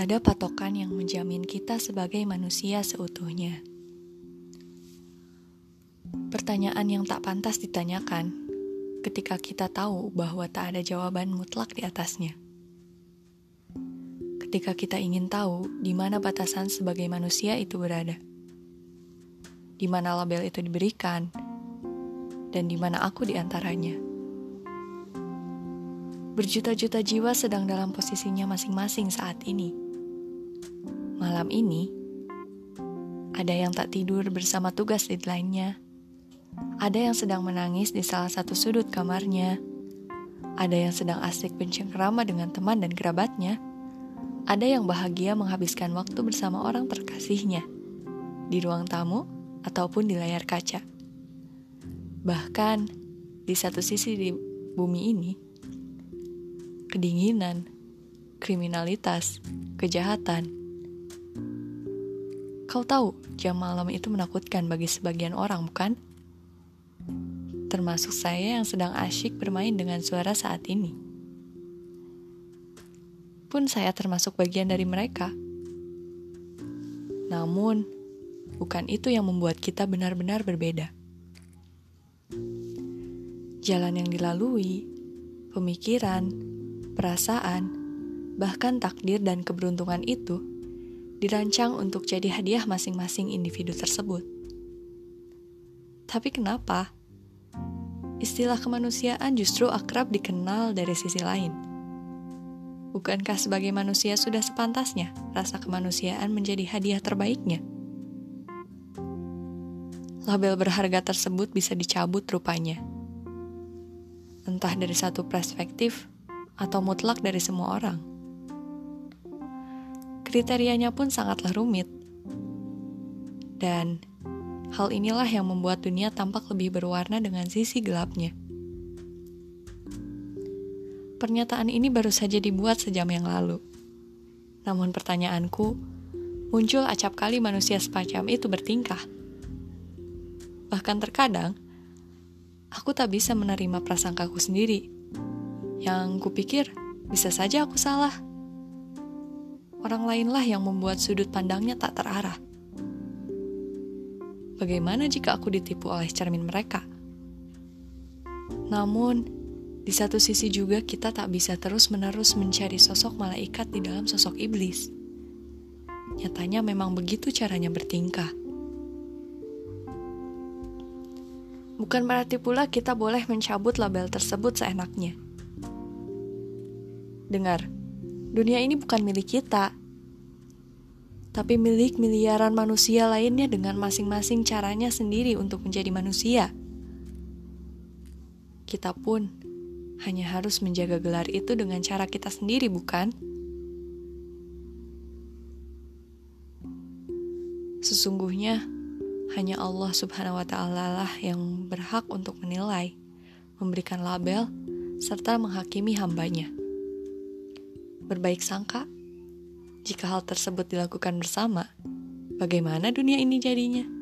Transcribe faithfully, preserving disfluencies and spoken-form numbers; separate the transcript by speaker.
Speaker 1: Tak ada patokan yang menjamin kita sebagai manusia seutuhnya. Pertanyaan yang tak pantas ditanyakan ketika kita tahu bahwa tak ada jawaban mutlak di atasnya. Ketika kita ingin tahu di mana batasan sebagai manusia itu berada, di mana label itu diberikan, dan di mana aku di antaranya. Berjuta-juta jiwa sedang dalam posisinya masing-masing saat ini. Malam ini, ada yang tak tidur bersama tugas deadline-nya. Ada yang sedang menangis di salah satu sudut kamarnya. Ada yang sedang asik bercengkrama dengan teman dan kerabatnya. Ada yang bahagia menghabiskan waktu bersama orang terkasihnya, di ruang tamu ataupun di layar kaca. Bahkan, di satu sisi di bumi ini, kedinginan, kriminalitas, kejahatan. Kau tahu, jam malam itu menakutkan bagi sebagian orang, bukan? Termasuk saya yang sedang asyik bermain dengan suara saat ini. Pun saya termasuk bagian dari mereka. Namun, bukan itu yang membuat kita benar-benar berbeda. Jalan yang dilalui, pemikiran, perasaan, bahkan takdir dan keberuntungan itu dirancang untuk jadi hadiah masing-masing individu tersebut. Tapi kenapa? Istilah kemanusiaan justru akrab dikenal dari sisi lain. Bukankah sebagai manusia sudah sepantasnya rasa kemanusiaan menjadi hadiah terbaiknya? Label berharga tersebut bisa dicabut rupanya. Entah dari satu perspektif atau mutlak dari semua orang. Kriterianya pun sangatlah rumit. Dan hal inilah yang membuat dunia tampak lebih berwarna dengan sisi gelapnya. Pernyataan ini baru saja dibuat sejam yang lalu. Namun pertanyaanku, muncul acap kali manusia semacam itu bertingkah. Bahkan terkadang, aku tak bisa menerima prasangkaku sendiri. Yang kupikir, bisa saja aku salah. Orang lainlah yang membuat sudut pandangnya tak terarah. Bagaimana jika aku ditipu oleh cermin mereka? Namun, di satu sisi juga kita tak bisa terus-menerus mencari sosok malaikat di dalam sosok iblis. Nyatanya memang begitu caranya bertingkah. Bukan berarti pula kita boleh mencabut label tersebut seenaknya. Dengar, dunia ini bukan milik kita, tapi milik miliaran manusia lainnya dengan masing-masing caranya sendiri untuk menjadi manusia. Kita pun hanya harus menjaga gelar itu dengan cara kita sendiri, bukan? Sesungguhnya, hanya Allah subhanahu wa ta'ala lah yang berhak untuk menilai, memberikan label, serta menghakimi hambanya. Berbaik sangka, jika hal tersebut dilakukan bersama, bagaimana dunia ini jadinya?